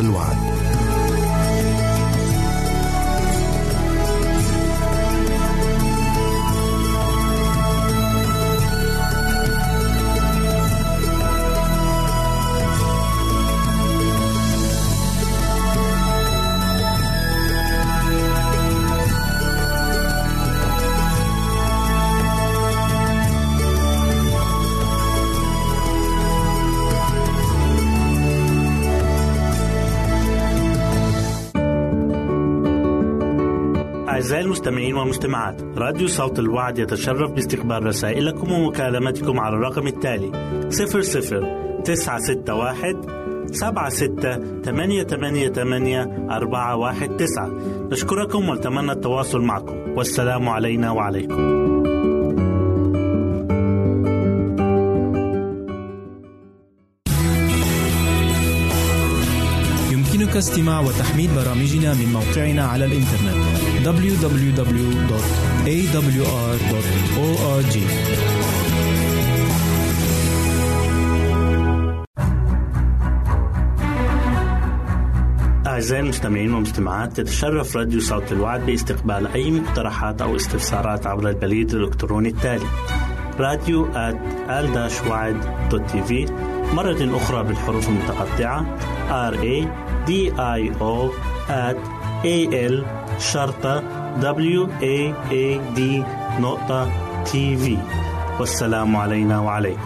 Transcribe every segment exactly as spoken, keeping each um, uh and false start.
الوعد. أعزائي المستمعين والمستمعات، راديو صوت الوعد يتشرف باستقبال رسائلكم ومكالمتكم على الرقم التالي صفر صفر تسعة ستة واحد سبعة ستة ثمانية ثمانية ثمانية أربعة واحد تسعة. نشكركم ونتمنى التواصل معكم، والسلام علينا وعليكم. يمكنك استماع وتحميل برامجنا من موقعنا على الإنترنت دبليو دبليو دبليو دوت إيه دبليو آر دوت أو آر جي. أعزائي المستمعين والمستمعات، تتشرف راديو صوت الوعد باستقبال أي مقترحات أو استفسارات عبر البريد الإلكتروني التالي راديو آت آل وعد دوت تي في، مرة أخرى بالحروف المتقطعة R A D I O at A L شرطة W A A D نقطة تي في. والسلام علينا وعليكم.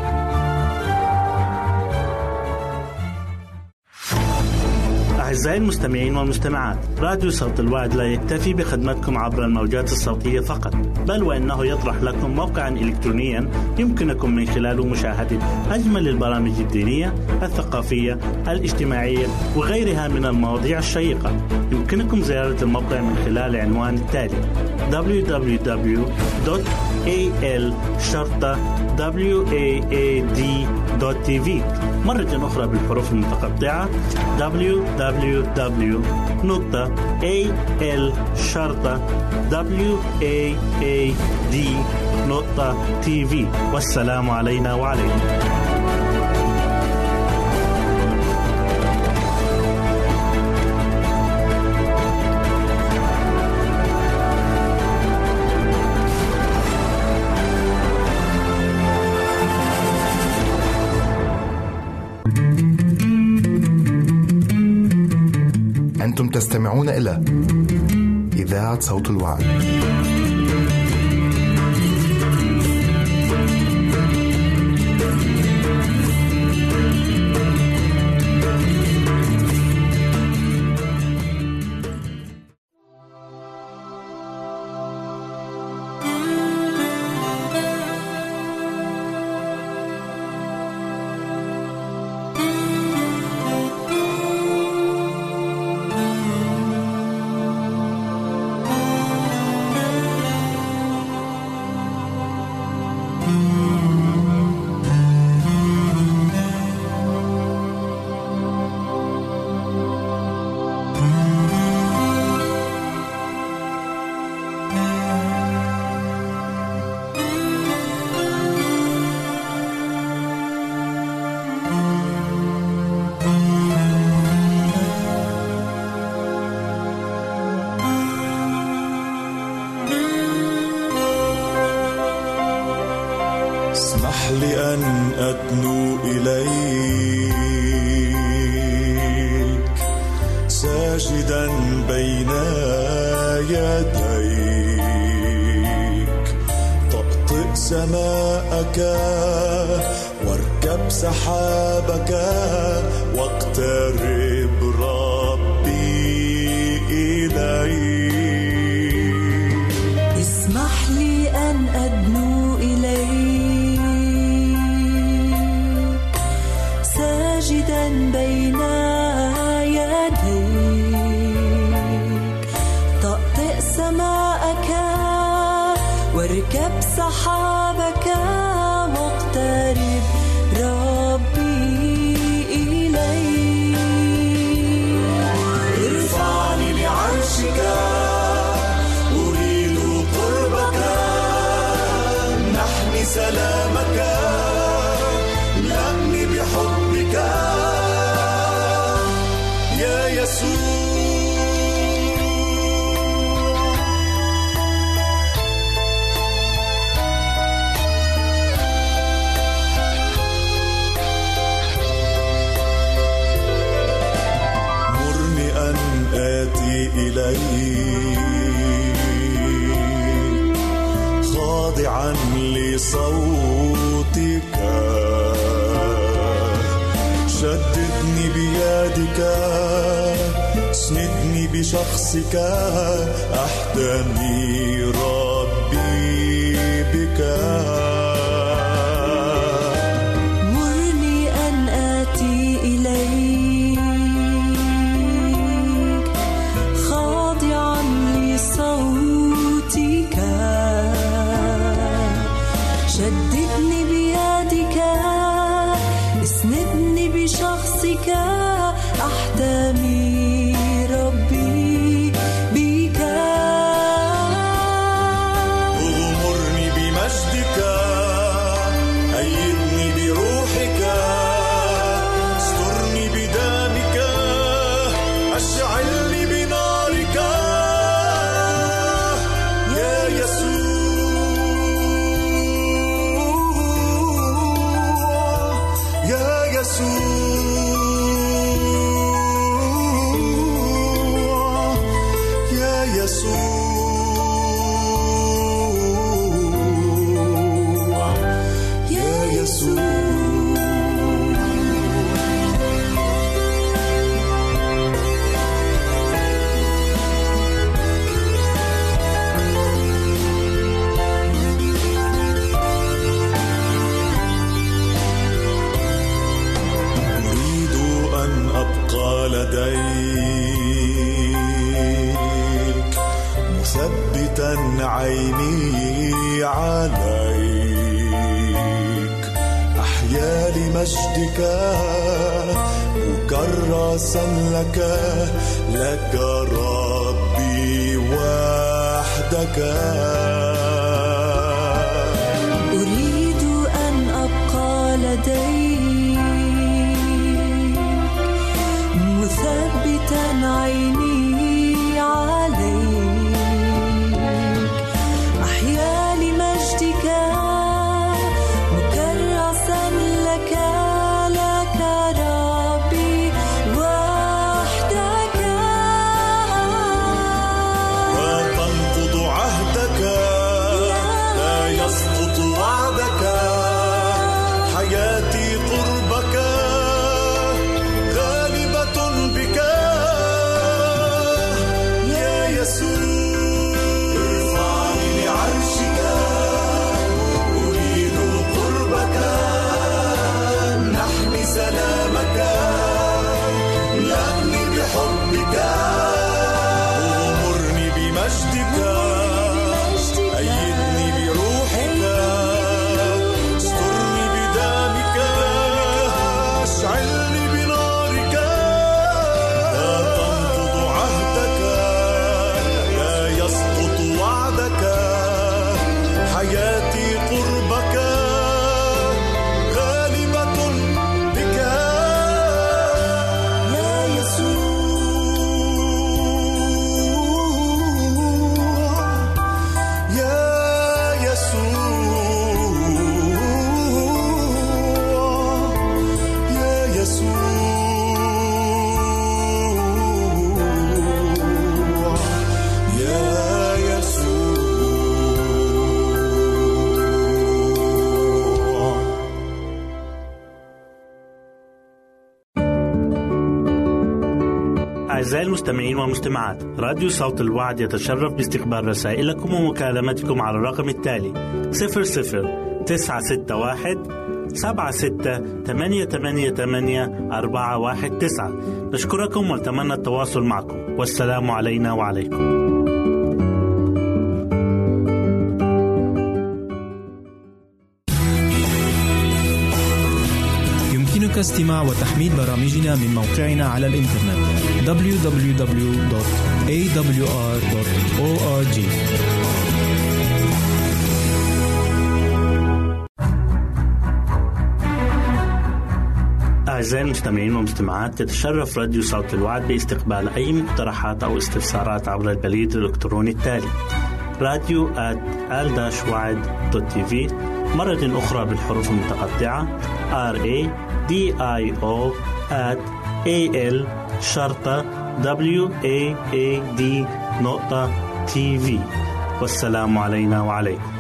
أعزائي المستمعين والمستمعات، راديو صوت الوعد لا يكتفي بخدمتكم عبر الموجات الصوتية فقط، بل وإنه يطرح لكم موقعا إلكترونيا يمكنكم من خلاله مشاهدة أجمل البرامج الدينية، الثقافية، الاجتماعية وغيرها من المواضيع الشيقة. يمكنكم زيارة الموقع من خلال عنوان التالي دبليو دبليو دبليو دوت إيه إل شرطة W A A D دوت تي في، مرة أخرى بالحروف المتقطعة دبليو دبليو دبليو دوت إيه إل شرطة W A A D دوت تي في. والسلام علينا وعليكم. أنتم تستمعون إلى إذاعة صوت الوعد. لأن أدنو إليك ساجدا بين يديك، طأطئ سماءك واركب سحابك واقترب ربي إليك. اسمح لي أن أدنو إليك ساجدا بين يديك، طأطئ سماءك واركب سحابك واقترب ربي إليك. خاضعا لصوتك شددني بيدك اسندني بشخصك احتمي ربي بك مرني أن آتي إليك خاضعا لصوتك شددني بيدك اسندني بشخصك أحتمي ربي بك اغمرني بمجدك أيدني بروحك استرني بدمك أشعلني بنارك يا يسوع يا يسوع يا يسوع يا يسوع أريد أن أبقى لديك مثبتا عيني عليك أحيا لمجدك مكرسا لك لك ربي وحدك أريد أن أبقى لديك مثبتا عيني عليك أحيا لمجدك مكرسا لك لك ربي وحدك وتنقض عهدك لا يسقط وعدك حياتي قربك غالبة بك يا يسوع ارفعني لعرشك أريد قربك نحمي سلامك لأني بحبك أغمرني بمجدك أيدني بروحك استرني بدمك أشعلني بنارك لا تنقض عهدك لا يسقط وعدك حياتي قربك غالبة بك يا يسوع يا يسوع يا يسوع يا يسوع. أعزائي المستمعين والمستمعات، راديو صوت الوعد يتشرف باستقبال رسائلكم ومكالمتكم على الرقم التالي صفر صفر تسعة ستة واحد سبعة ستة ثمانية ثمانية ثمانية أربعة واحد تسعة. نشكركم ونتمنى التواصل معكم، والسلام علينا وعليكم. يمكنك استماع وتحميل برامجنا من موقعنا على الإنترنت دبليو دبليو دبليو دوت إيه دبليو آر دوت أو آر جي. أعزائي المستمعين والمستمعات، تتشرف راديو صوت الوعد باستقبال أي مقترحات أو استفسارات عبر البريد الإلكتروني التالي راديو آت آل وعد دوت تي في، مرة أخرى بالحروف المتقطعة R A D I O at A L شرطة W A A D نقطة تي في. والسلام علينا وعليكم.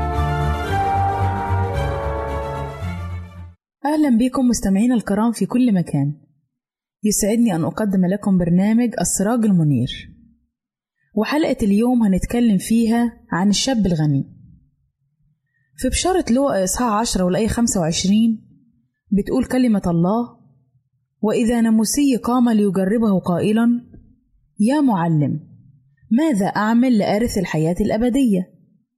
أهلا بكم مستمعين الكرام في كل مكان. يسعدني أن أقدم لكم برنامج السراج المنير، وحلقة اليوم هنتكلم فيها عن الشاب الغني. في بشارة لوقا إصحاح عشرة والآية خمسة وعشرين بتقول كلمة الله: وإذا ناموسي قام ليجربه قائلا: يا معلم، ماذا أعمل لأرث الحياة الأبدية؟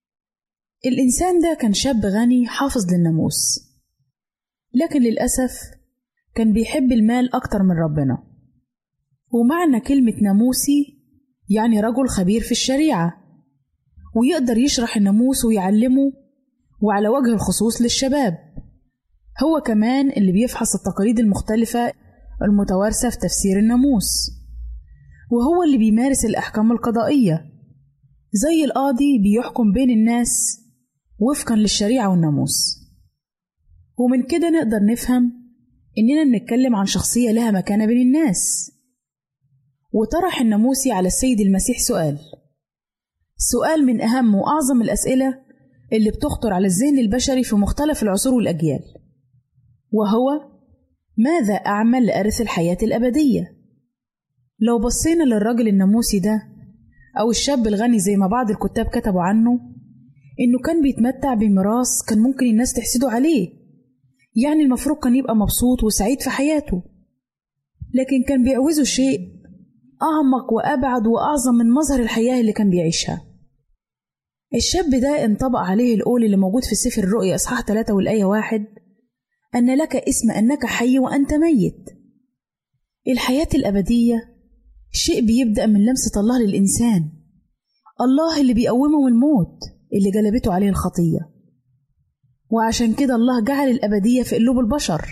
الإنسان ده كان شاب غني حافظ للناموس، لكن للأسف كان بيحب المال أكتر من ربنا. ومعنى كلمة ناموسي يعني رجل خبير في الشريعة، ويقدر يشرح الناموس ويعلمه، وعلى وجه الخصوص للشباب. هو كمان اللي بيفحص التقاليد المختلفة المتوارثة في تفسير الناموس، وهو اللي بيمارس الأحكام القضائية، زي القاضي بيحكم بين الناس وفقا للشريعة والناموس. ومن كده نقدر نفهم إننا بنتكلم عن شخصية لها مكانة بين الناس. وطرح الناموسي على السيد المسيح سؤال سؤال من أهم وأعظم الأسئلة اللي بتخطر على الذهن البشري في مختلف العصور والأجيال، وهو: ماذا أعمل لأرث الحياة الأبدية؟ لو بصينا للرجل الناموسي ده أو الشاب الغني زي ما بعض الكتاب كتبوا عنه، إنه كان بيتمتع بميراث كان ممكن الناس تحسده عليه، يعني المفروض كان يبقى مبسوط وسعيد في حياته، لكن كان بيعوزه شيء أعمق وأبعد وأعظم من مظهر الحياة اللي كان بيعيشها. الشاب ده انطبق عليه القول اللي موجود في سفر الرؤيا إصحاح ثلاثة والآية واحد: أن لك اسم أنك حي وأنت ميت. الحياة الأبدية شيء بيبدأ من لمسة الله للإنسان، الله اللي بيقومه من الموت اللي جلبته عليه الخطية. وعشان كده الله جعل الأبدية في قلوب البشر،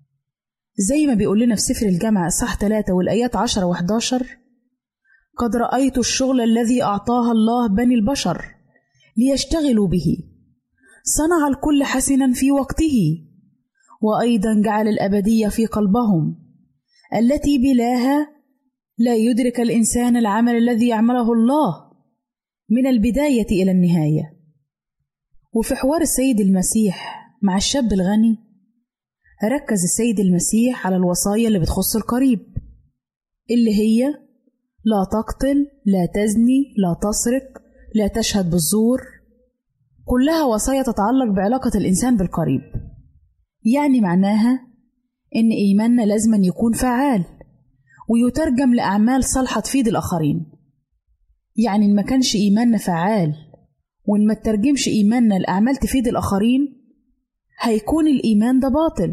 زي ما بيقول لنا في سفر الجامعة إصحاح ثلاثة والآيات عشرة وحداشر: قد رأيت الشغل الذي أعطاها الله بني البشر ليشتغلوا به، صنع الكل حسنا في وقته، وأيضا جعل الأبدية في قلبهم التي بلاها لا يدرك الإنسان العمل الذي يعمله الله من البداية إلى النهاية. وفي حوار السيد المسيح مع الشاب الغني، ركز السيد المسيح على الوصايا اللي بتخص القريب، اللي هي: لا تقتل، لا تزني، لا تسرق، لا تشهد بالزور. كلها وصايا تتعلق بعلاقة الإنسان بالقريب، يعني معناها إن إيماننا لازم يكون فعال ويترجم لأعمال صالحة تفيد الآخرين. يعني إن ما كانش إيماننا فعال وإن ما ترجمش إيماننا لأعمال تفيد الآخرين، هيكون الإيمان ده باطل.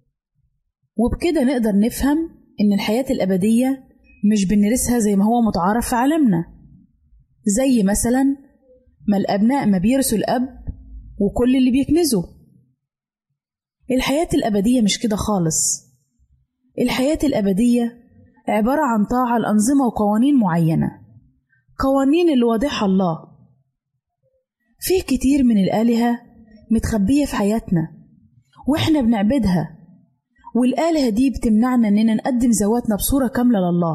وبكده نقدر نفهم إن الحياة الأبدية مش بنرثها زي ما هو متعارف في عالمنا، زي مثلا ما الأبناء ما بيرثوا الأب وكل اللي بيكنزوا. الحياة الأبدية مش كده خالص. الحياة الأبدية عبارة عن طاعة لأنظمة وقوانين معينة، قوانين اللي واضحها الله. فيه كتير من الآلهة متخبية في حياتنا وإحنا بنعبدها، والآلهة دي بتمنعنا إننا نقدم ذواتنا بصورة كاملة لله.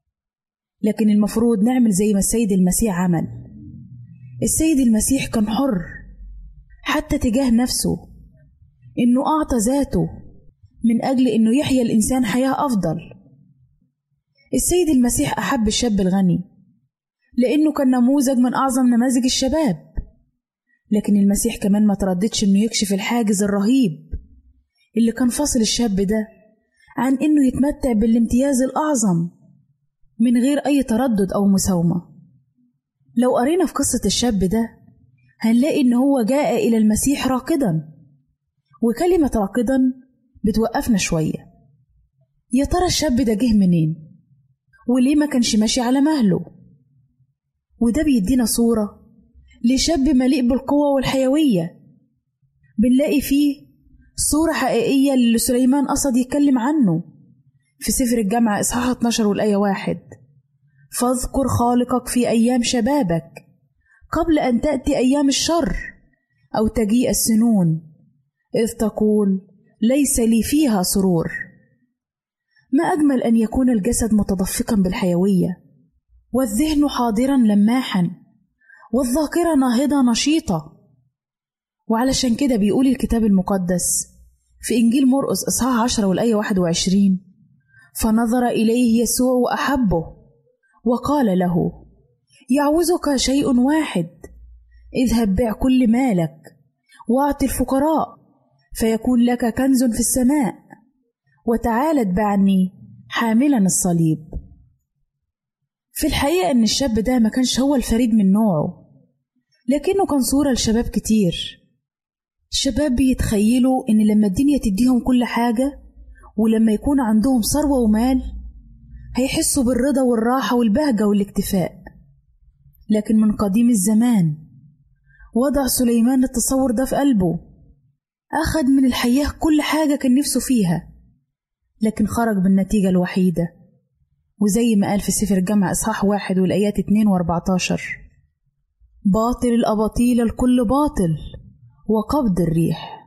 لكن المفروض نعمل زي ما السيد المسيح عمل. السيد المسيح كان حر حتى تجاه نفسه، إنه أعطى ذاته من أجل إنه يحيا الإنسان حياة أفضل. السيد المسيح أحب الشاب الغني لأنه كان نموذج من أعظم نماذج الشباب، لكن المسيح كمان ما ترددش إنه يكشف الحاجز الرهيب اللي كان فاصل الشاب ده عن إنه يتمتع بالامتياز الأعظم من غير أي تردد أو مساومة. لو قرينا في قصة الشاب ده هنلاقي إن هو جاء إلى المسيح راكدا، وكلمة راكدا بتوقفنا شوية. يا ترى الشاب ده جه منين؟ وليه ما كانش ماشي على مهله؟ وده بيدينا صورة لشاب مليء بالقوة والحيوية. بنلاقي فيه صورة حقيقية اللي سليمان قصد يتكلم عنه في سفر الجامعة إصحاح اتناشر والآية واحد. فاذكر خالقك في أيام شبابك قبل أن تأتي أيام الشر أو تجيء السنون إذ تقول ليس لي فيها سرور. ما أجمل أن يكون الجسد متدفقا بالحيوية والذهن حاضرا لماحا والذاكرة ناهضة نشيطة. وعلشان كده بيقول الكتاب المقدس في إنجيل مرقس إصحاح عشرة والآية واحد وعشرين: فنظر إليه يسوع وأحبه وقال له يعوزك شيء واحد، اذهب بيع كل مالك واعط الفقراء فيكون لك كنز في السماء وتعال اتبعني حاملا الصليب. في الحقيقة أن الشاب ده ما كانش هو الفريد من نوعه، لكنه كان صورة لشباب كتير. الشباب بيتخيلوا إن لما الدنيا تديهم كل حاجة ولما يكون عندهم ثروة ومال هيحسوا بالرضا والراحة والبهجة والاكتفاء. لكن من قديم الزمان وضع سليمان التصور ده في قلبه، أخذ من الحياة كل حاجة كان نفسه فيها، لكن خرج بالنتيجة الوحيدة. وزي ما قال في سفر الجامعة إصحاح واحد والآيات اتنين واربعتاشر: باطل الأباطيل الكل باطل وقبض الريح.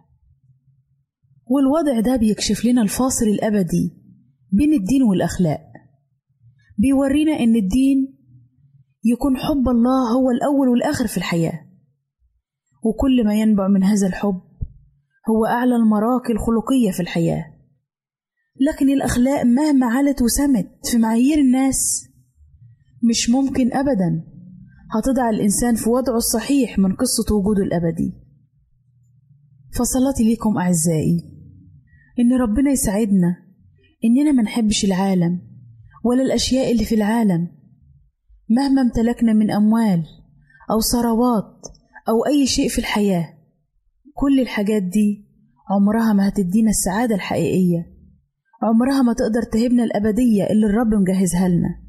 والوضع ده بيكشف لنا الفاصل الأبدي بين الدين والأخلاق، بيورينا إن الدين يكون حب الله هو الأول والآخر في الحياة، وكل ما ينبع من هذا الحب هو أعلى المراكي الخلقية في الحياة. لكن الأخلاق مهما علت وسمت في معايير الناس مش ممكن أبدا هتضع الإنسان في وضعه الصحيح من قصة وجوده الأبدي. فصلاتي ليكم أعزائي إن ربنا يساعدنا إننا ما نحبش العالم ولا الأشياء اللي في العالم مهما امتلكنا من أموال أو ثروات أو أي شيء في الحياة. كل الحاجات دي عمرها ما هتدينا السعادة الحقيقية، عمرها ما تقدر تهبنا الأبدية اللي الرب مجهزها لنا.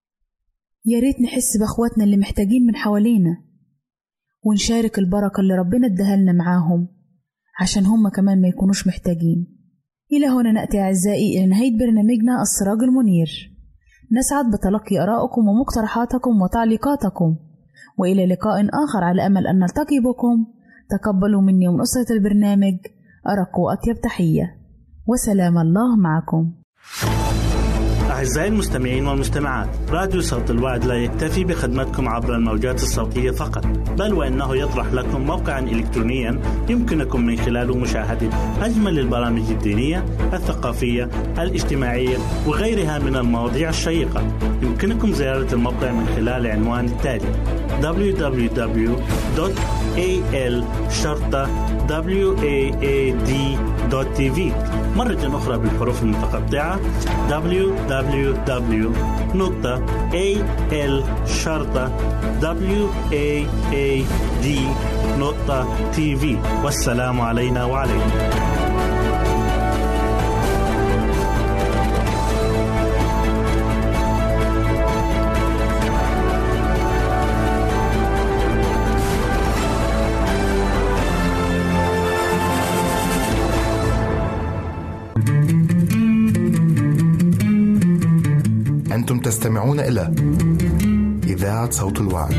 يا ريت نحس بأخواتنا اللي محتاجين من حوالينا ونشارك البركة اللي ربنا اداها لنا معاهم عشان هم كمان ما يكونوش محتاجين. إلى هنا نأتي أعزائي إلى نهاية برنامجنا السراج المنير. نسعد بتلقي آرائكم ومقترحاتكم وتعليقاتكم، وإلى لقاء آخر على أمل أن نلتقي بكم. تقبلوا مني ومن أسرة البرنامج أرق وأطيب تحية، وسلام الله معكم. أعزائي المستمعين والمستمعات، راديو صوت الوعد لا يكتفي بخدمتكم عبر الموجات الصوتية فقط، بل وإنه يطرح لكم موقعا إلكترونيا يمكنكم من خلاله مشاهدة أجمل البرامج الدينية، الثقافية، الاجتماعية وغيرها من المواضيع الشيقة. يمكنكم زيارة الموقع من خلال العنوان التالي: دبليو دبليو دبليو دوت إيه إل شرطة واد دوت تي في. مرة أخرى بالحروف المتقطعة: دبليو دبليو دبليو دوت إيه إل شرطة واد دوت تي في. والسلام علينا وعليكم. أنتم تستمعون إلى إذاعة صوت الوعد.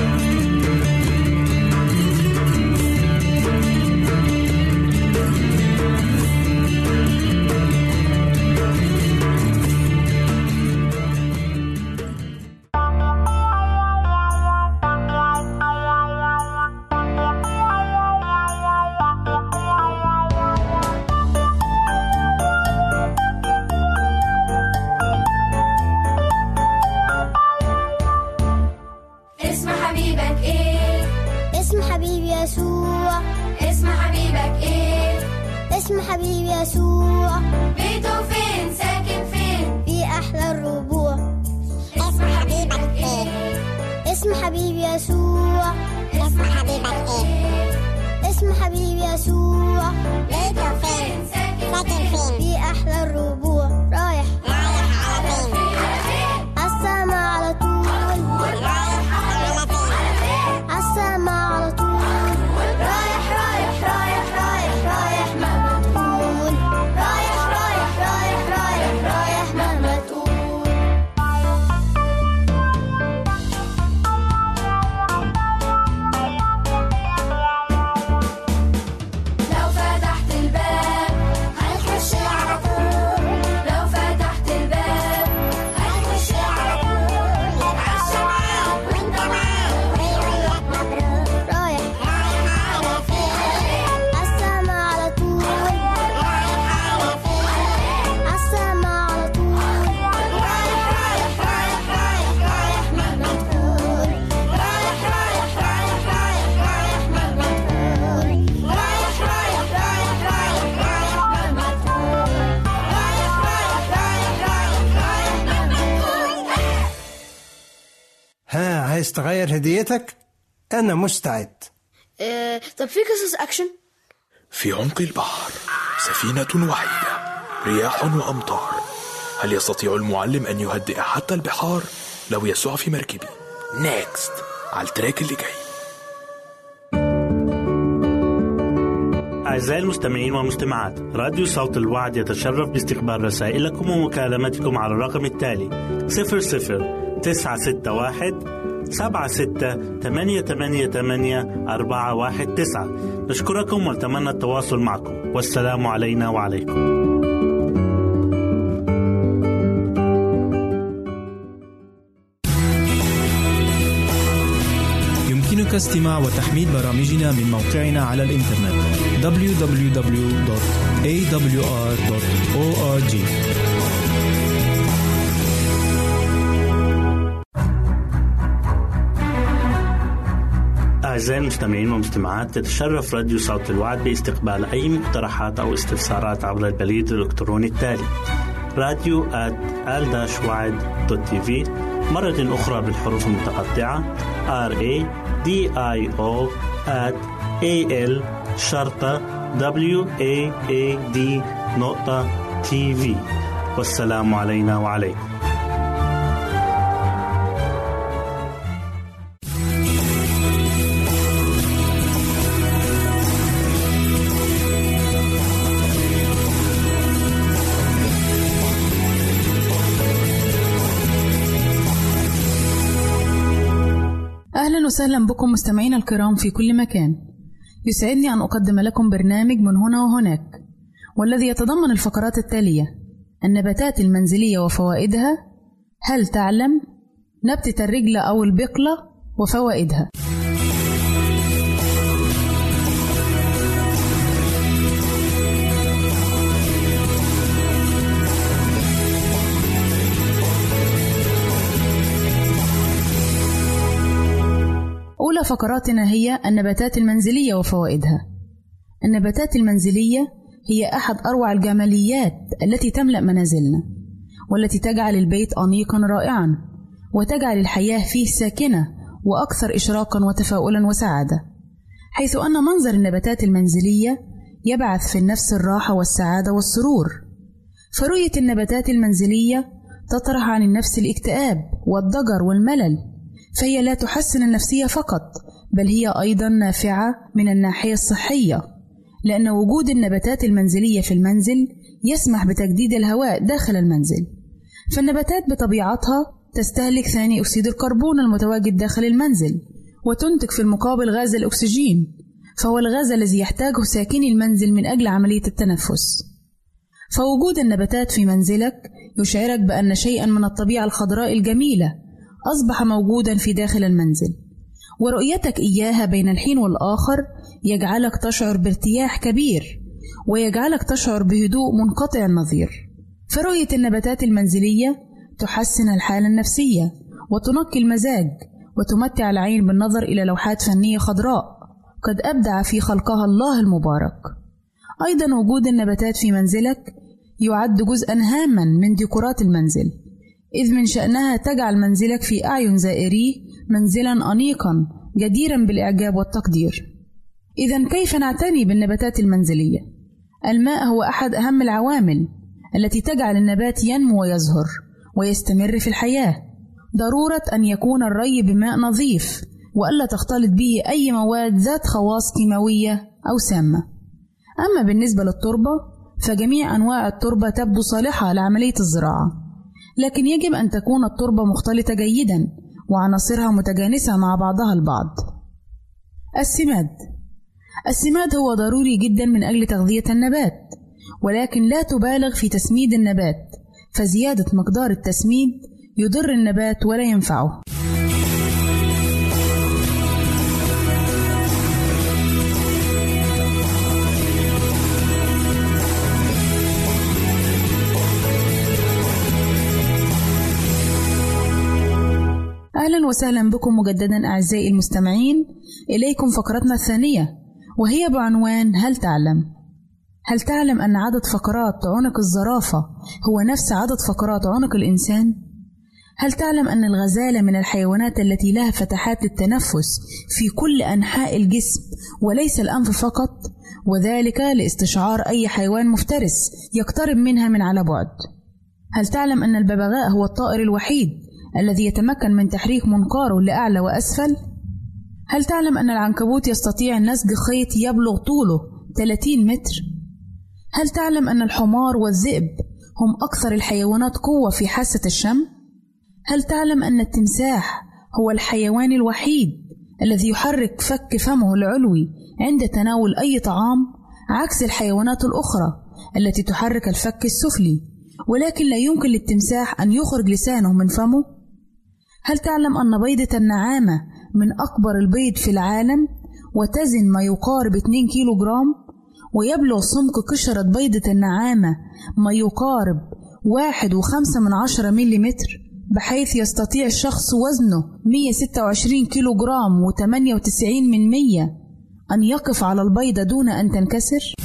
اسم حبيبي يسوع. بيته فين؟ ساكن فين؟ في أحلى الربوع. اسم حبيبك ايه؟ اسم حبيبي يسوع. اسم حبيبك ايه؟ اسم حبيبي يسوع. بيته فين؟ ساكن فين؟ في أحلى الربوع. رايح رايح على فين؟ السما على طول. رايح على فين؟ السما على طول. رايح رايح رايح رايح رايح ما عايز تغير هديتك؟ أنا مستعد. أه، طب في قصص أكشن؟ في عمق البحر سفينة وحيدة، رياح وأمطار. هل يستطيع المعلم أن يهدئ حتى البحار لو يسوع في مركبي؟ نيكست على التراك اللي جاي. أعزائي المستمعين والمستمعات، راديو صوت الوعد يتشرف باستقبال رسائلكم ومكالمتكم على الرقم التالي صفر صفر تسعة ستة واحد سبعة ستة ثمانية ثمانية ثمانية أربعة واحد تسعة. نشكركم ونتمنى التواصل معكم، والسلام علينا وعليكم. يمكنك استماع وتحميل برامجنا من موقعنا على الإنترنت دبليو دبليو دبليو دوت إيه دبليو آر دوت أو آر جي. أعزائي المستمعين والمستمعات، تتشرف راديو صوت الوعد باستقبال أي مقترحات أو استفسارات عبر البريد الإلكتروني التالي راديو آت آل وعد دوت تي في، مرة أخرى بالحروف المتقطعة آر إيه دي آي أو آت إيه إل شرطة دبليو إيه إيه دي نقطة تي في. والسلام علينا وعليكم. أهلا وسهلا بكم مستمعين الكرام في كل مكان. يسعدني أن أقدم لكم برنامج من هنا وهناك، والذي يتضمن الفقرات التالية: النباتات المنزلية وفوائدها، هل تعلم، نبتة الرجلة أو البقلة وفوائدها. أولى فقراتنا هي النباتات المنزلية وفوائدها. النباتات المنزلية هي أحد أروع الجماليات التي تملأ منازلنا، والتي تجعل البيت أنيقا رائعا، وتجعل الحياة فيه ساكنة وأكثر إشراقا وتفاؤلا وسعادة، حيث أن منظر النباتات المنزلية يبعث في النفس الراحة والسعادة والسرور. فرؤية النباتات المنزلية تطرح عن النفس الاكتئاب والضجر والملل، فهي لا تحسن النفسية فقط، بل هي أيضا نافعة من الناحية الصحية، لأن وجود النباتات المنزلية في المنزل يسمح بتجديد الهواء داخل المنزل. فالنباتات بطبيعتها تستهلك ثاني أكسيد الكربون المتواجد داخل المنزل، وتنتج في المقابل غاز الأكسجين، فهو الغاز الذي يحتاجه ساكني المنزل من أجل عملية التنفس. فوجود النباتات في منزلك يشعرك بأن شيئا من الطبيعة الخضراء الجميلة أصبح موجودا في داخل المنزل، ورؤيتك إياها بين الحين والآخر يجعلك تشعر بارتياح كبير، ويجعلك تشعر بهدوء منقطع النظير. فرؤية النباتات المنزلية تحسن الحالة النفسية، وتنقي المزاج، وتمتع العين بالنظر إلى لوحات فنية خضراء قد أبدع في خلقها الله المبارك. أيضا وجود النباتات في منزلك يعد جزءا هاما من ديكورات المنزل، إذ من شأنها تجعل منزلك في أعين زائريه منزلا أنيقا جديرا بالإعجاب والتقدير. إذن كيف نعتني بالنباتات المنزلية؟ الماء هو أحد أهم العوامل التي تجعل النبات ينمو ويزهر ويستمر في الحياة. ضرورة أن يكون الري بماء نظيف، وألا تختلط به أي مواد ذات خواص كيماوية أو سامة. أما بالنسبة للتربة، فجميع أنواع التربة تبدو صالحة لعملية الزراعة، لكن يجب أن تكون التربة مختلطة جيدا وعناصرها متجانسة مع بعضها البعض. السماد. السماد هو ضروري جدا من أجل تغذية النبات، ولكن لا تبالغ في تسميد النبات، فزيادة مقدار التسميد يضر النبات ولا ينفعه. أهلا وسهلا بكم مجددا أعزائي المستمعين. إليكم فقرتنا الثانية، وهي بعنوان هل تعلم؟ هل تعلم أن عدد فقرات عنق الزرافة هو نفس عدد فقرات عنق الإنسان؟ هل تعلم أن الغزالة من الحيوانات التي لها فتحات للتنفس في كل أنحاء الجسم وليس الأنف فقط، وذلك لاستشعار أي حيوان مفترس يقترب منها من على بعد؟ هل تعلم أن الببغاء هو الطائر الوحيد الذي يتمكن من تحريك منقاره لأعلى وأسفل؟ هل تعلم أن العنكبوت يستطيع نسج خيط يبلغ طوله ثلاثين متر؟ هل تعلم أن الحمار والذئب هم أكثر الحيوانات قوة في حاسة الشم؟ هل تعلم أن التمساح هو الحيوان الوحيد الذي يحرك فك فمه العلوي عند تناول أي طعام، عكس الحيوانات الأخرى التي تحرك الفك السفلي، ولكن لا يمكن للتمساح أن يخرج لسانه من فمه؟ هل تعلم أن بيضة النعامة من أكبر البيض في العالم وتزن ما يقارب اثنين كيلو جرام، ويبلغ سمك قشرة بيضة النعامة ما يقارب واحد وخمسة من عشرة مليمتر، بحيث يستطيع الشخص وزنه مئة وستة وعشرين كيلو جرام وثمانية وتسعين من مية أن يقف على البيضة دون أن تنكسر؟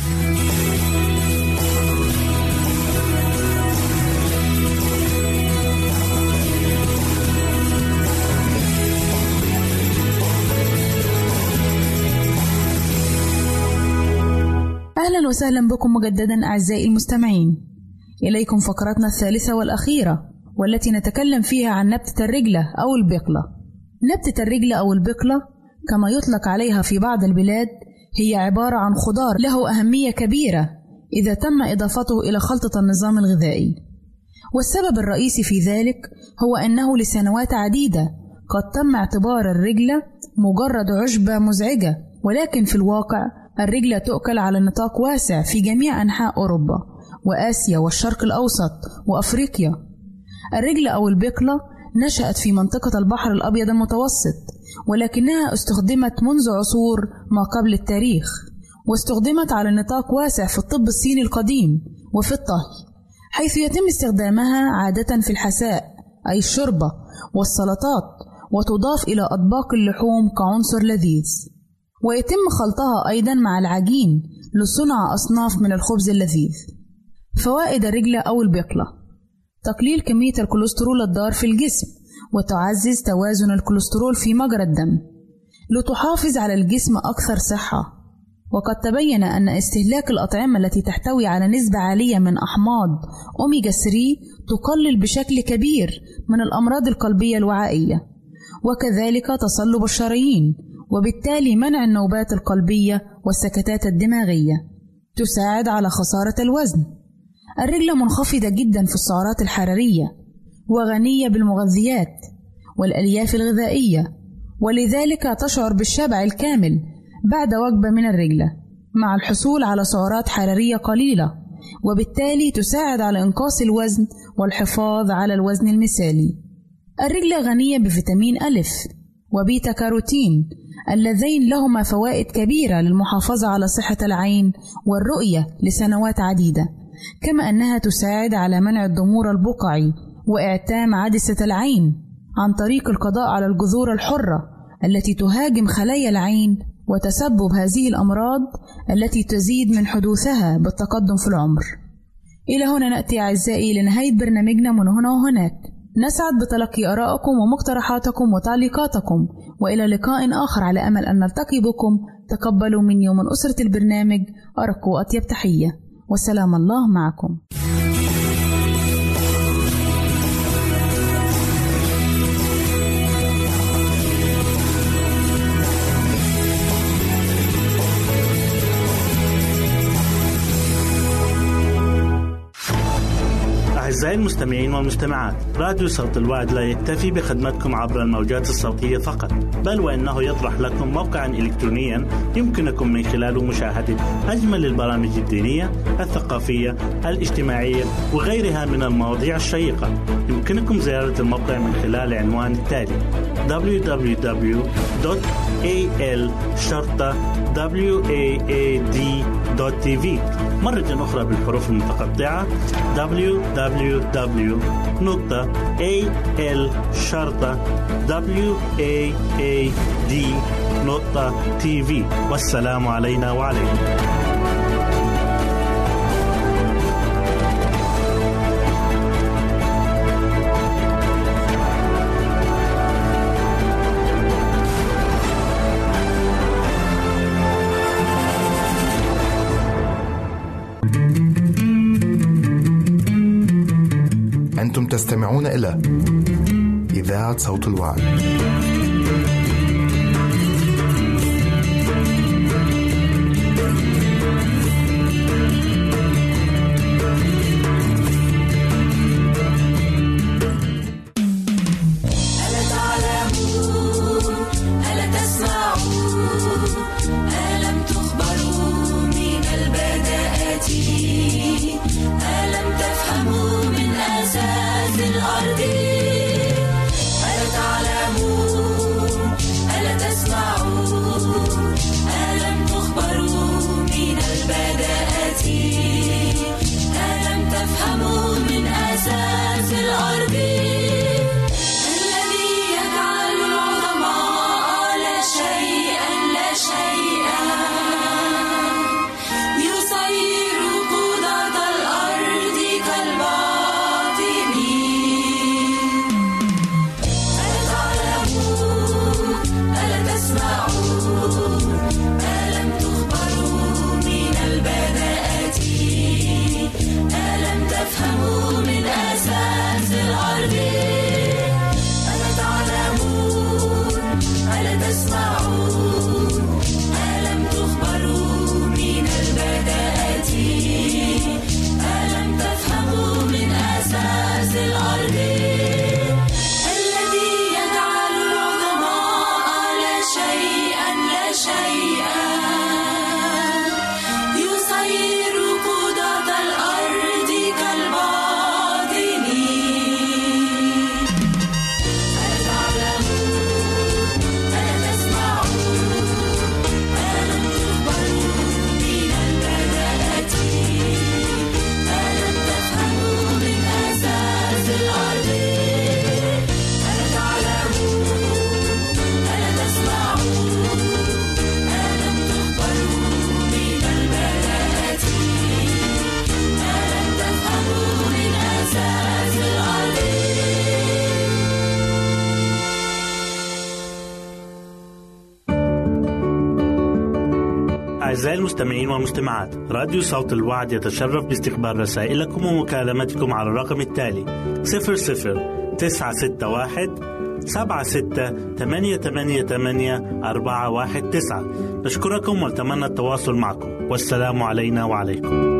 أهلا وسهلا بكم مجددا أعزائي المستمعين. إليكم فقرتنا الثالثة والأخيرة، والتي نتكلم فيها عن نبتة الرجلة أو البقلة. نبتة الرجلة أو البقلة كما يطلق عليها في بعض البلاد هي عبارة عن خضار له أهمية كبيرة إذا تم إضافته إلى خلطة النظام الغذائي، والسبب الرئيسي في ذلك هو أنه لسنوات عديدة قد تم اعتبار الرجلة مجرد عشبة مزعجة، ولكن في الواقع الرجلة تؤكل على نطاق واسع في جميع أنحاء أوروبا وآسيا والشرق الأوسط وأفريقيا. الرجلة أو البقلة نشأت في منطقة البحر الأبيض المتوسط، ولكنها استخدمت منذ عصور ما قبل التاريخ، واستخدمت على نطاق واسع في الطب الصيني القديم وفي الطهي، حيث يتم استخدامها عادة في الحساء أي الشوربة والسلطات، وتضاف إلى أطباق اللحوم كعنصر لذيذ، ويتم خلطها أيضا مع العجين لصنع أصناف من الخبز اللذيذ. فوائد الرجلة أو البقلة: تقليل كمية الكوليسترول الضار في الجسم، وتعزز توازن الكوليسترول في مجرى الدم، لتحافظ على الجسم أكثر صحة. وقد تبين أن استهلاك الأطعمة التي تحتوي على نسبة عالية من أحماض أوميجا ثلاثة تقلل بشكل كبير من الأمراض القلبية الوعائية، وكذلك تصلب الشرايين، وبالتالي منع النوبات القلبية والسكتات الدماغية. تساعد على خسارة الوزن. الرجلة منخفضة جدا في السعرات الحرارية، وغنية بالمغذيات والألياف الغذائية، ولذلك تشعر بالشبع الكامل بعد وجبة من الرجلة، مع الحصول على سعرات حرارية قليلة، وبالتالي تساعد على إنقاص الوزن والحفاظ على الوزن المثالي. الرجلة غنية بفيتامين ألف وبيتا كاروتين، اللذين لهما فوائد كبيرة للمحافظة على صحة العين والرؤية لسنوات عديدة، كما أنها تساعد على منع الضمور البقعي وإعتام عدسة العين عن طريق القضاء على الجذور الحرة التي تهاجم خلايا العين وتسبب هذه الأمراض التي تزيد من حدوثها بالتقدم في العمر. إلى هنا نأتي أعزائي لنهاية برنامجنا من هنا وهناك. نسعد بتلقي آرائكم ومقترحاتكم وتعليقاتكم، وإلى لقاء آخر على أمل أن نلتقي بكم. تقبلوا مني ومن أسرة البرنامج أرق وأطيب تحية، وسلام الله معكم. أعزائي المستمعين والمستمعات، راديو صوت الوعد لا يكتفي بخدمتكم عبر الموجات الصوتية فقط، بل وإنه يطرح لكم موقعا إلكترونيا يمكنكم من خلاله مشاهدة أجمل البرامج الدينية، الثقافية، الاجتماعية وغيرها من المواضيع الشيقة. يمكنكم زيارة الموقع من خلال العنوان التالي: دبليو دبليو دبليو دوت إيه إل شرطة واد دوت تي في. مرة أخرى بالحروف المتقطعة: دبليو دبليو دبليو دوت إيه إل شرطة واد دوت تي في. والسلام علينا وعليكم. أنتم تستمعون إلى إذاعة صوت الوعد. أعزائي المستمعين والمستمعات، راديو صوت الوعد يتشرف باستقبال رسائلكم ومكالمتكم على الرقم التالي صفر صفر تسعة ستة واحد سبعة ستة ثمانية ثمانية ثمانية أربعة واحد تسعة. نشكركم ونتمنى التواصل معكم، والسلام علينا وعليكم.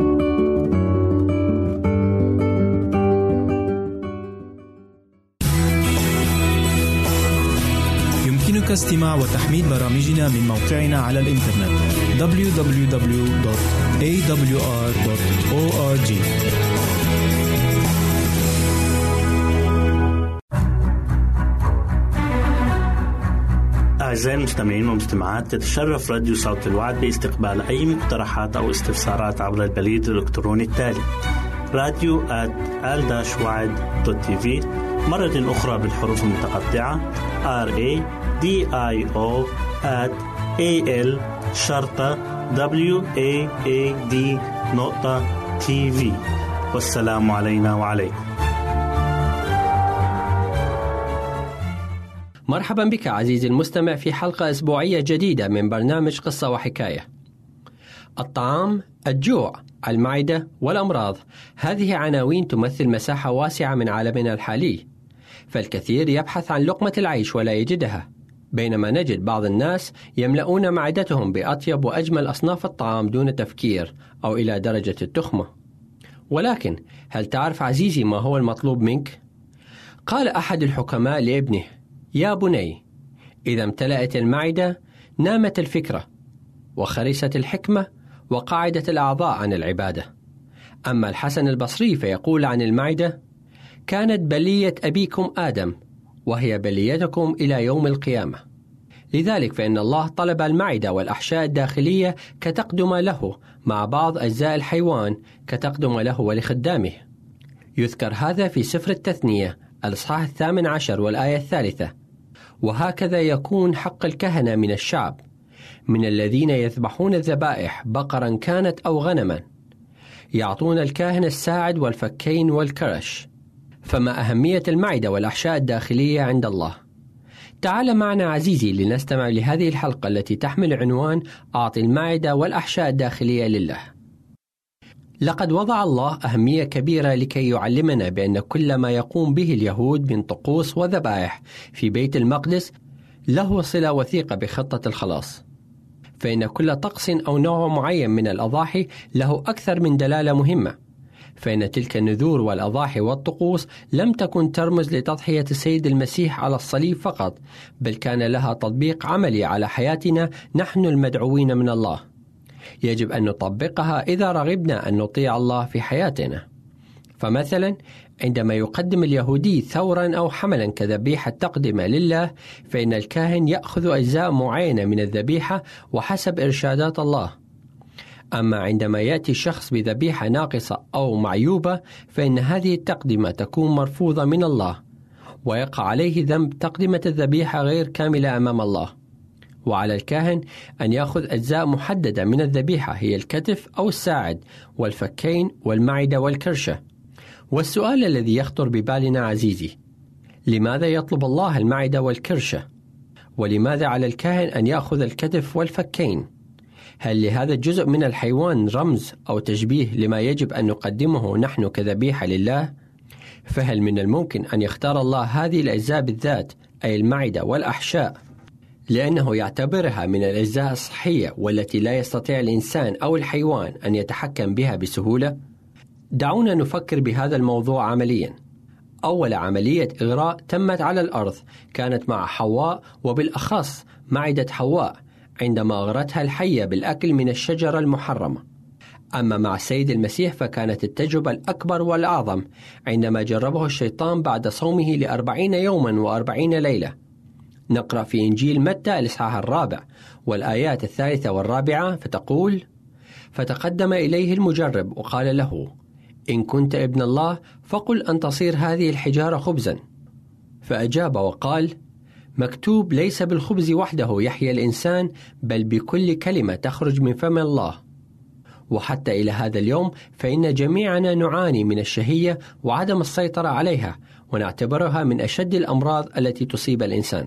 يمكنك استماع وتحميل برامجنا من موقعنا على الإنترنت دبليو دبليو دبليو دوت إيه دبليو آر دوت أو آر جي. أعزائي المستمعين والمستمعات، تتشرف راديو صوت الوعد باستقبال أي مقترحات أو استفسارات عبر البريد الإلكتروني التالي راديو آت آل وعد دوت تي في، مرة أخرى بالحروف المتقطعة آر إيه دي آي أو آت إيه إل شرطة دبليو إيه إيه دي نقطة تي في. والسلام علينا وعليكم. مرحبا بك عزيزي المستمع في حلقة أسبوعية جديدة من برنامج قصة وحكاية. الطعام، الجوع، المعدة والأمراض، هذه عناوين تمثل مساحة واسعة من عالمنا الحالي، فالكثير يبحث عن لقمة العيش ولا يجدها، بينما نجد بعض الناس يملؤون معدتهم بأطيب وأجمل أصناف الطعام دون تفكير أو إلى درجة التخمة. ولكن هل تعرف عزيزي ما هو المطلوب منك؟ قال أحد الحكماء لابنه: يا بني، إذا امتلأت المعدة نامت الفكرة، وخرست الحكمة، وقعدت الأعضاء عن العبادة. أما الحسن البصري فيقول عن المعدة: كانت بلية أبيكم آدم، وهي بليتكم إلى يوم القيامة. لذلك فإن الله طلب المعدة والأحشاء الداخلية كتقدم له مع بعض أجزاء الحيوان كتقدم له ولخدامه. يذكر هذا في سفر التثنية الإصحاح الثامن عشر والآية الثالثة: وهكذا يكون حق الكهنة من الشعب، من الذين يذبحون الذبائح بقرا كانت أو غنما، يعطون الكاهن الساعد والفكين والكرش. فما أهمية المعدة والأحشاء الداخلية عند الله؟ تعال معنا عزيزي لنستمع لهذه الحلقة التي تحمل عنوان أعطي المعدة والأحشاء الداخلية لله. لقد وضع الله أهمية كبيرة لكي يعلمنا بأن كل ما يقوم به اليهود من طقوس وذبائح في بيت المقدس له صلة وثيقة بخطة الخلاص، فإن كل طقس أو نوع معين من الأضاحي له أكثر من دلالة مهمة، فإن تلك النذور والأضاحي والطقوس لم تكن ترمز لتضحية السيد المسيح على الصليب فقط، بل كان لها تطبيق عملي على حياتنا نحن المدعوين من الله. يجب أن نطبقها إذا رغبنا أن نطيع الله في حياتنا. فمثلا عندما يقدم اليهودي ثورا أو حملا كذبيحة تقدمة لله، فإن الكاهن يأخذ أجزاء معينة من الذبيحة وحسب إرشادات الله. أما عندما يأتي الشخص بذبيحة ناقصة أو معيوبة، فإن هذه التقدمة تكون مرفوضة من الله، ويقع عليه ذنب تقدمة الذبيحة غير كاملة أمام الله. وعلى الكاهن أن يأخذ أجزاء محددة من الذبيحة، هي الكتف أو الساعد والفكين والمعدة والكرشة. والسؤال الذي يخطر ببالنا عزيزي، لماذا يطلب الله المعدة والكرشة؟ ولماذا على الكاهن أن يأخذ الكتف والفكين؟ هل لهذا الجزء من الحيوان رمز أو تشبيه لما يجب أن نقدمه نحن كذبيحة لله؟ فهل من الممكن أن يختار الله هذه الأجزاء بالذات، أي المعدة والأحشاء، لأنه يعتبرها من الأجزاء الصحية والتي لا يستطيع الإنسان أو الحيوان أن يتحكم بها بسهولة؟ دعونا نفكر بهذا الموضوع عمليا. أول عملية إغراء تمت على الأرض كانت مع حواء، وبالأخص معدة حواء عندما أغرتها الحية بالأكل من الشجرة المحرمة. أما مع السيد المسيح فكانت التجربة الأكبر والأعظم عندما جربه الشيطان بعد صومه لأربعين يوما وأربعين ليلة. نقرأ في إنجيل متى الإصحاح الرابع والآيات الثالثة والرابعة، فتقول: فتقدم إليه المجرب وقال له: إن كنت ابن الله فقل أن تصير هذه الحجارة خبزا. فأجاب وقال: مكتوب ليس بالخبز وحده يحيى الإنسان بل بكل كلمة تخرج من فم الله. وحتى إلى هذا اليوم فإن جميعنا نعاني من الشهية وعدم السيطرة عليها، ونعتبرها من أشد الأمراض التي تصيب الإنسان.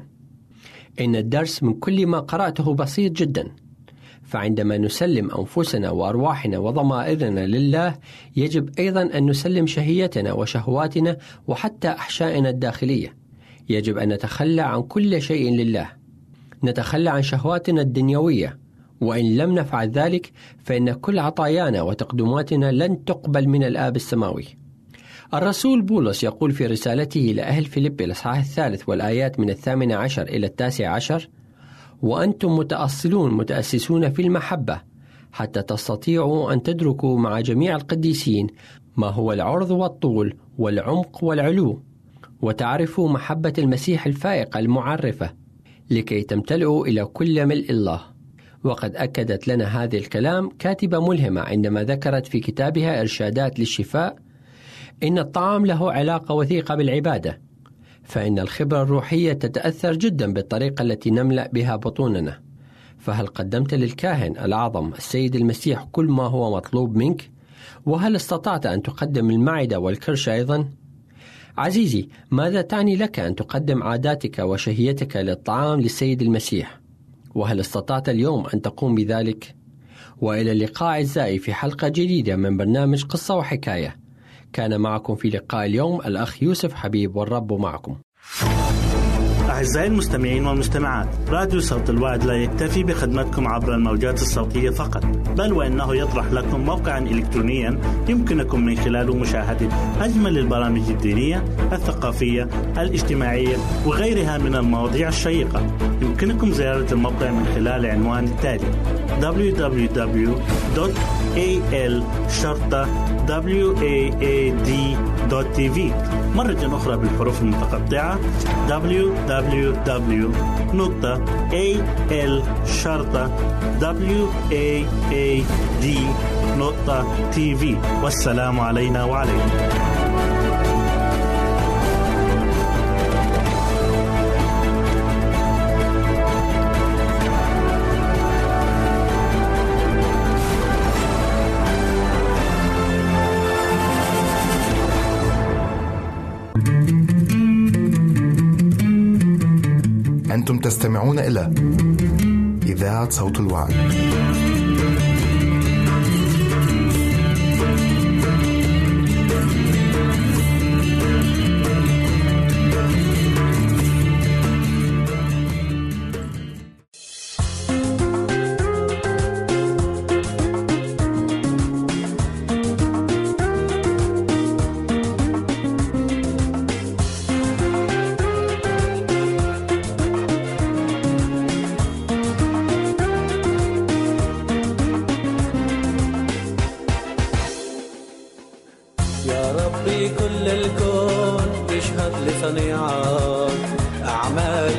إن الدرس من كل ما قرأته بسيط جدا، فعندما نسلم أنفسنا وأرواحنا وضمائرنا لله، يجب أيضا أن نسلم شهيتنا وشهواتنا وحتى أحشائنا الداخلية. يجب أن نتخلى عن كل شيء لله، نتخلى عن شهواتنا الدنيوية، وإن لم نفعل ذلك فإن كل عطايانا وتقدماتنا لن تقبل من الآب السماوي. الرسول بولس يقول في رسالته لأهل فيلبي الإصحاح الثالث والآيات من الثامن عشر إلى التاسع عشر: وأنتم متأصلون متأسسون في المحبة حتى تستطيعوا أن تدركوا مع جميع القديسين ما هو العرض والطول والعمق والعلو، وتعرفوا محبة المسيح الفائقة المعرفة، لكي تمتلئوا إلى كل ملء الله. وقد أكدت لنا هذا الكلام كاتبة ملهمة عندما ذكرت في كتابها إرشادات للشفاء إن الطعام له علاقة وثيقة بالعبادة، فإن الخبرة الروحية تتأثر جدا بالطريقة التي نملأ بها بطوننا. فهل قدمت للكاهن الأعظم السيد المسيح كل ما هو مطلوب منك؟ وهل استطعت أن تقدم المعدة والكرش أيضا؟ عزيزي، ماذا تعني لك أن تقدم عاداتك وشهيتك للطعام للسيد المسيح؟ وهل استطعت اليوم أن تقوم بذلك؟ وإلى اللقاء أعزائي في حلقة جديدة من برنامج قصة وحكاية. كان معكم في لقاء اليوم الأخ يوسف حبيب، والرب معكم. أعزائي المستمعين والمستمعات، راديو صوت الوعد لا يكتفي بخدمتكم عبر الموجات الصوتية فقط، بل وإنه يطرح لكم موقعا إلكترونيا يمكنكم من خلاله مشاهدة أجمل البرامج الدينية، الثقافية، الاجتماعية وغيرها من المواضيع الشيقة. يمكنكم زيارة الموقع من خلال العنوان التالي: دبليو دبليو دبليو دوت إيه إل شرطة واد دوت تي في. مرة أخرى بالحروف المتقطعة: دبليو دبليو دبليو دوت إيه إل شرطة واد دوت تي في. والسلام علينا وعليكم. أنتم تستمعون إلى إذاعة صوت الوعد.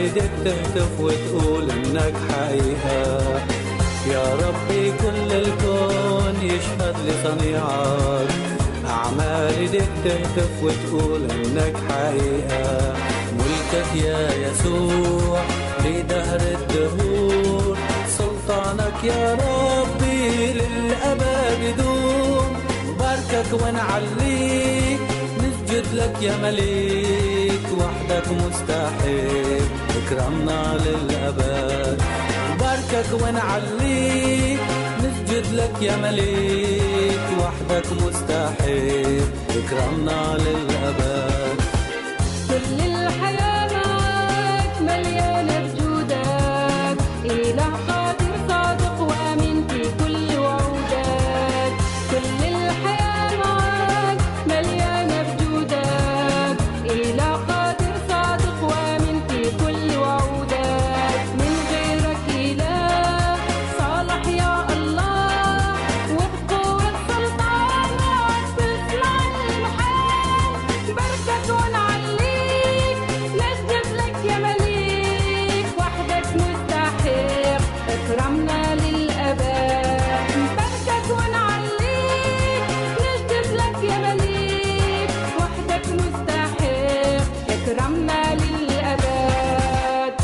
ايدك تهتف وتقول انك حقيقة. يا ربي كل الكون يشهد لصنيعك، أعمال ايدك تهتف وتقول انك حقيقة. ملكك يا يسوع لدهر الدهور، سلطانك يا ربي للأبد يدوم. باركك ونعليك نسجد لك يا مليك، وحدك مستحق اكرمنا للأبد. باركك ونعليك نسجد لك يا مليك، وحدك مستحق اكرمنا للأبد. كل الحياة معك مليانة بجودك، إله قادر صادق وأمين في كل وعودك. كل الحياة معك مليانة بجودك، إله قادر صادق وأمين في كل وعودك. من غيرك إله صالح يا الله، وبقوة سلطانك تصنع المحال. بركة ونعليك نسجد لك يا مليك، وحدك مستحق اكرمنا للأبد. بركة ونعليك نسجد لك يا مليك، وحدك مستحق اكرمنا للأبد.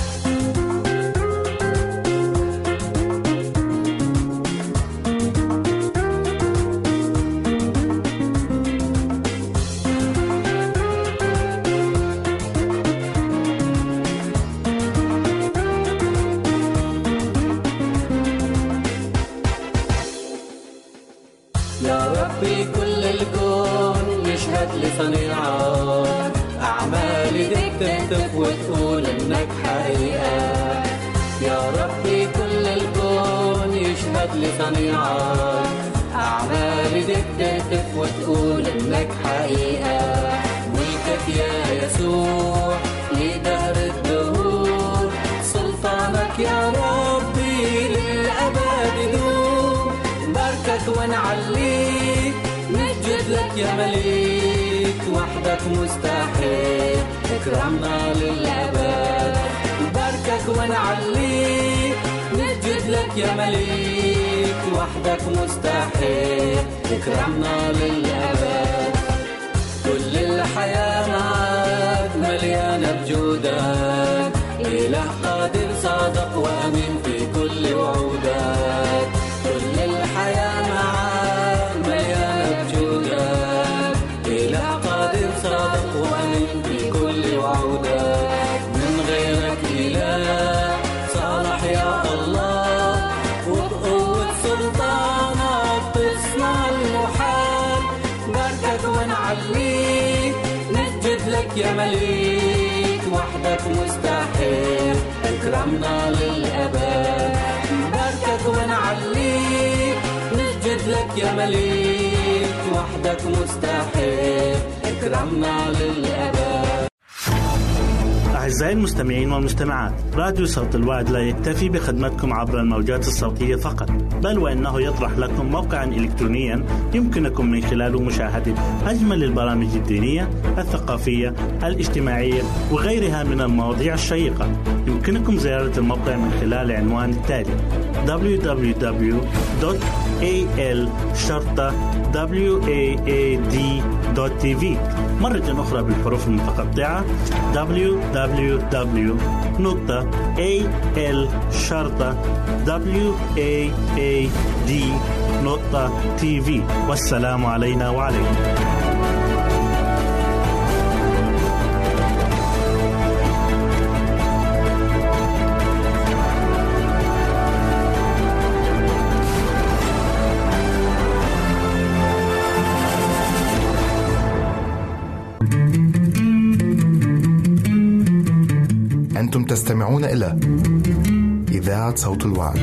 يا ربي كل الكون يشهد لصنيعك، أعمال ايدك تهتف وتقول انك حقيقة. يا ربي كل الكون يشهد لصنيعك، أعمال ايدك تهتف وتقول انك حقيقة. ملكك يا يسوع لدهر الدهور، سلطانك يا ربي للأبد يدوم. باركك ونعليك نسجد لك يا مليك، وحدك مستحق اكرمنا للأبد. باركك ونعليك نسجد لك يا مليك، وحدك مستحق اكرمنا للأبد. كل الحياة معك مليانة بجودك، إله قادر صادق وأمين في كل وعودك. كل الحياة معك مليانة بجودك، إله قادر صادق وأمين في كل وعودك. من غيرك إله صالح يا الله، وبقوة سلطانك تصنع المحال. باركك ونعليك نسجد لك يا مليك، وحدك مستحق اكرمنا للأبد. باركك ونعليك نسجد لك يا مليك، وحدك مستحق اكرمنا للأبد. أعزائي المستمعين والمستمعات، راديو صوت الوعد لا يكتفي بخدمتكم عبر الموجات الصوتية فقط، بل وإنه يطرح لكم موقعا إلكترونيا يمكنكم من خلاله مشاهدة أجمل البرامج الدينية، الثقافية، الاجتماعية وغيرها من المواضيع الشيقة. يمكنكم زيارة الموقع من خلال العنوان التالي دبليو دبليو دبليو دوت إيه إل شرطة واد دوت تي في. مرة أخرى بالحروف المتقطعة دبليو دبليو دبليو دوت إيه إل شرطة واد دوت تي في. والسلام علينا وعليكم. أنتم تستمعون إلى إذاعة صوت الوعد.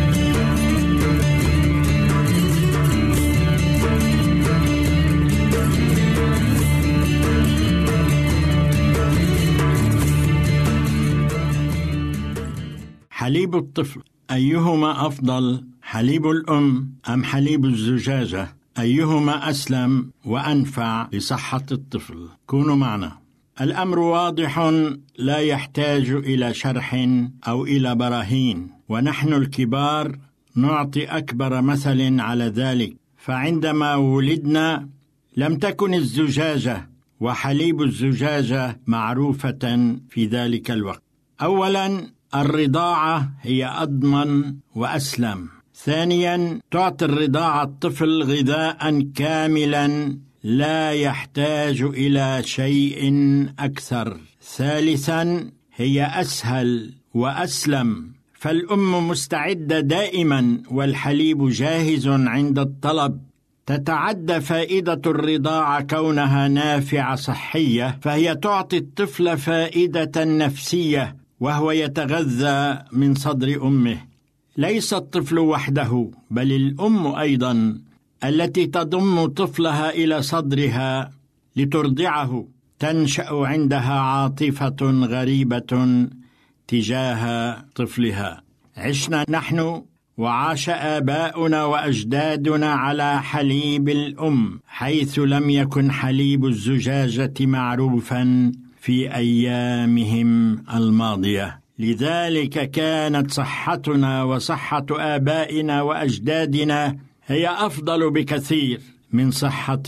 حليب الطفل أيهما أفضل، حليب الأم أم حليب الزجاجة؟ أيهما أسلم وأنفع لصحة الطفل؟ كونوا معنا. الأمر واضح لا يحتاج إلى شرح أو إلى براهين، ونحن الكبار نعطي أكبر مثل على ذلك. فعندما ولدنا لم تكن الزجاجة وحليب الزجاجة معروفة في ذلك الوقت. أولا، الرضاعة هي أضمن وأسلم. ثانيا، تعطي الرضاعة الطفل غذاء كاملا لا يحتاج إلى شيء أكثر. ثالثا، هي أسهل وأسلم، فالأم مستعدة دائما والحليب جاهز عند الطلب. تتعدى فائدة الرضاعة كونها نافعة صحية، فهي تعطي الطفل فائدة نفسية وهو يتغذى من صدر أمه. ليس الطفل وحده بل الأم أيضا التي تضم طفلها إلى صدرها لترضعه، تنشأ عندها عاطفة غريبة تجاه طفلها. عشنا نحن وعاش آباؤنا وأجدادنا على حليب الأم، حيث لم يكن حليب الزجاجة معروفا في أيامهم الماضية. لذلك كانت صحتنا وصحة آبائنا وأجدادنا هي أفضل بكثير من صحة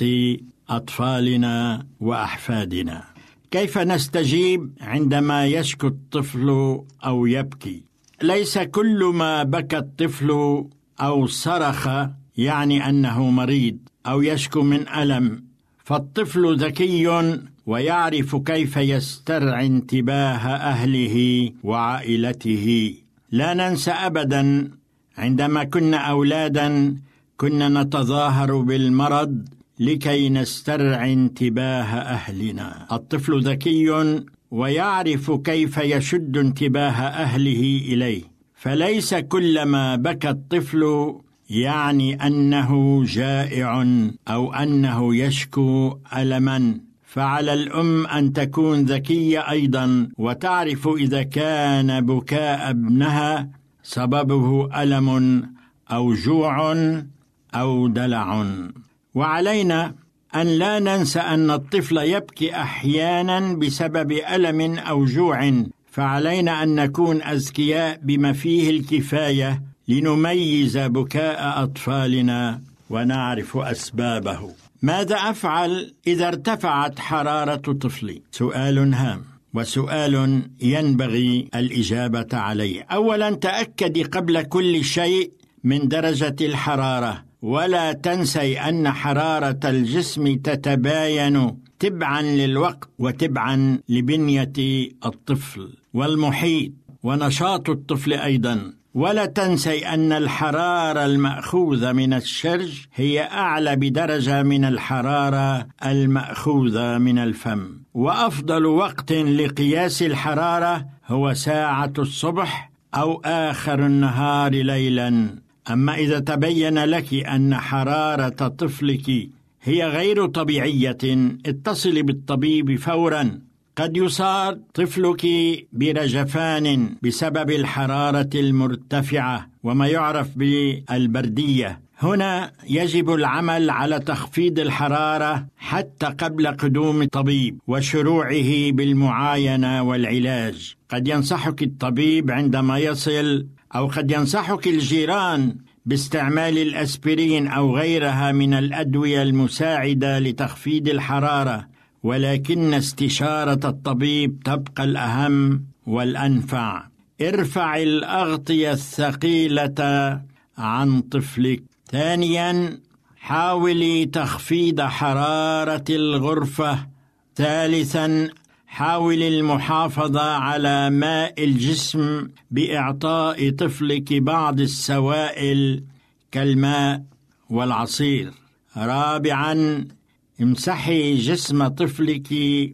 أطفالنا وأحفادنا. كيف نستجيب عندما يشكو الطفل أو يبكي؟ ليس كل ما بكى الطفل أو صرخ يعني أنه مريض أو يشكو من ألم، فالطفل ذكي ويعرف كيف يسترعي انتباه أهله وعائلته. لا ننسى أبدا عندما كنا أولادا كنا نتظاهر بالمرض لكي نسترعي انتباه أهلنا. الطفل ذكي ويعرف كيف يشد انتباه أهله إليه، فليس كلما بكى الطفل يعني أنه جائع أو أنه يشكو ألما. فعلى الأم أن تكون ذكية أيضا وتعرف إذا كان بكاء ابنها سببه ألم أو جوع أو دلع. وعلينا أن لا ننسى أن الطفل يبكي أحيانا بسبب ألم أو جوع، فعلينا أن نكون أذكياء بما فيه الكفاية لنميز بكاء أطفالنا ونعرف أسبابه. ماذا أفعل إذا ارتفعت حرارة طفلي؟ سؤال هام وسؤال ينبغي الإجابة عليه. أولا، تأكدي قبل كل شيء من درجة الحرارة، ولا تنسي أن حرارة الجسم تتباين تبعا للوقت وتبعا لبنية الطفل والمحيط ونشاط الطفل أيضا. ولا تنسي أن الحرارة المأخوذة من الشرج هي أعلى بدرجة من الحرارة المأخوذة من الفم. وأفضل وقت لقياس الحرارة هو ساعة الصبح أو آخر النهار ليلا. أما إذا تبين لك أن حرارة طفلك هي غير طبيعية اتصلي بالطبيب فورا. قد يصاب طفلك برجفان بسبب الحرارة المرتفعة وما يعرف بالبردية. هنا يجب العمل على تخفيض الحرارة حتى قبل قدوم الطبيب وشروعه بالمعاينة والعلاج. قد ينصحك الطبيب عندما يصل، أو قد ينصحك الجيران باستعمال الأسبرين أو غيرها من الأدوية المساعدة لتخفيض الحرارة، ولكن استشارة الطبيب تبقى الأهم والأنفع. ارفع الأغطية الثقيلة عن طفلك. ثانيا، حاولي تخفيض حرارة الغرفة. ثالثا، حاولي المحافظة على ماء الجسم بإعطاء طفلك بعض السوائل كالماء والعصير. رابعا، امسحي جسم طفلك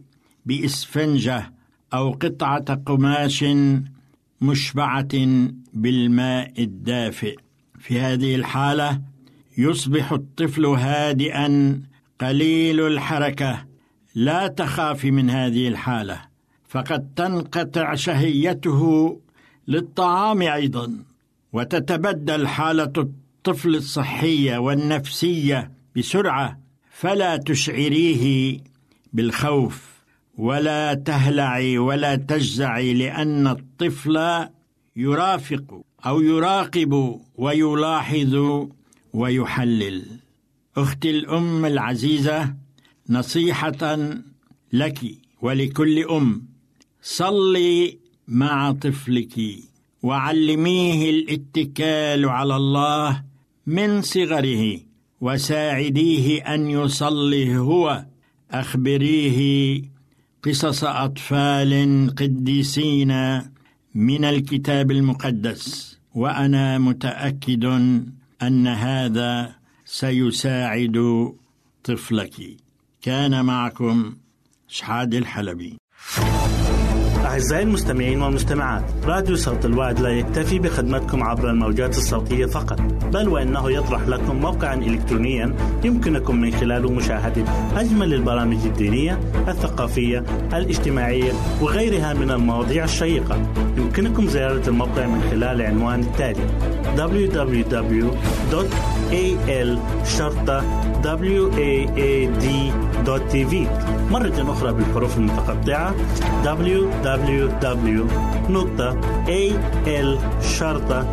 بإسفنجة أو قطعة قماش مشبعة بالماء الدافئ. في هذه الحالة يصبح الطفل هادئا قليل الحركة. لا تخافي من هذه الحالة، فقد تنقطع شهيته للطعام أيضا، وتتبدل حالة الطفل الصحية والنفسية بسرعة. فلا تشعريه بالخوف ولا تهلعي ولا تجزعي، لأن الطفل يرافق أو يراقب ويلاحظ ويحلل. أختي الأم العزيزة، نصيحة لك ولكل أم: صلي مع طفلك وعلميه الاتكال على الله من صغره، وساعديه أن يصلي هو. أخبريه قصص أطفال قديسين من الكتاب المقدس، وأنا متأكد أن هذا سيساعد طفلك. كان معكم شحاد الحلبي. أعزائي المستمعين والمستمعات، راديو صوت الوعد لا يكتفي بخدمتكم عبر الموجات الصوتية فقط، بل وإنه يطرح لكم موقعا إلكترونيا يمكنكم من خلاله مشاهدة أجمل البرامج الدينية، الثقافية، الاجتماعية وغيرها من المواضيع الشيقة. يمكنكم زيارة الموقع من خلال العنوان التالي: دبليو دبليو دبليو دوت إيه إل شرطة واد دوت تي في. مرة أخرى بالحروف المتقطعة: دبليو دبليو دبليو دوت إيه إل شرطة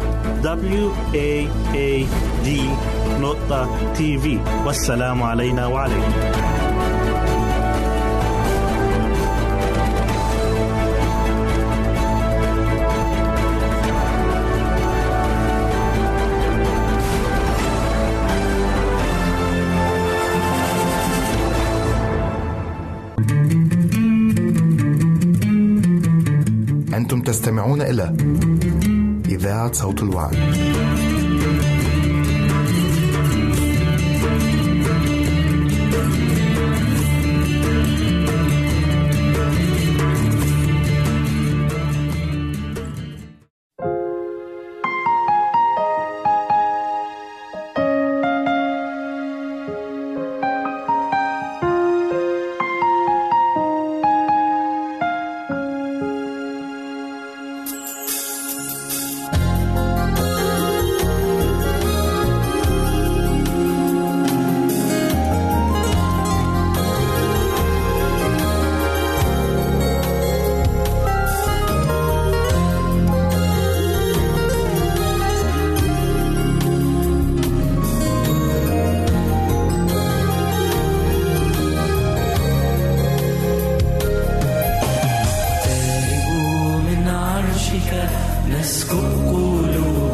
واد دوت تي في. والسلام علينا وعليكم. أنتم تستمعون إلى إذاعة صوت الوعد. نسكب قلوبنا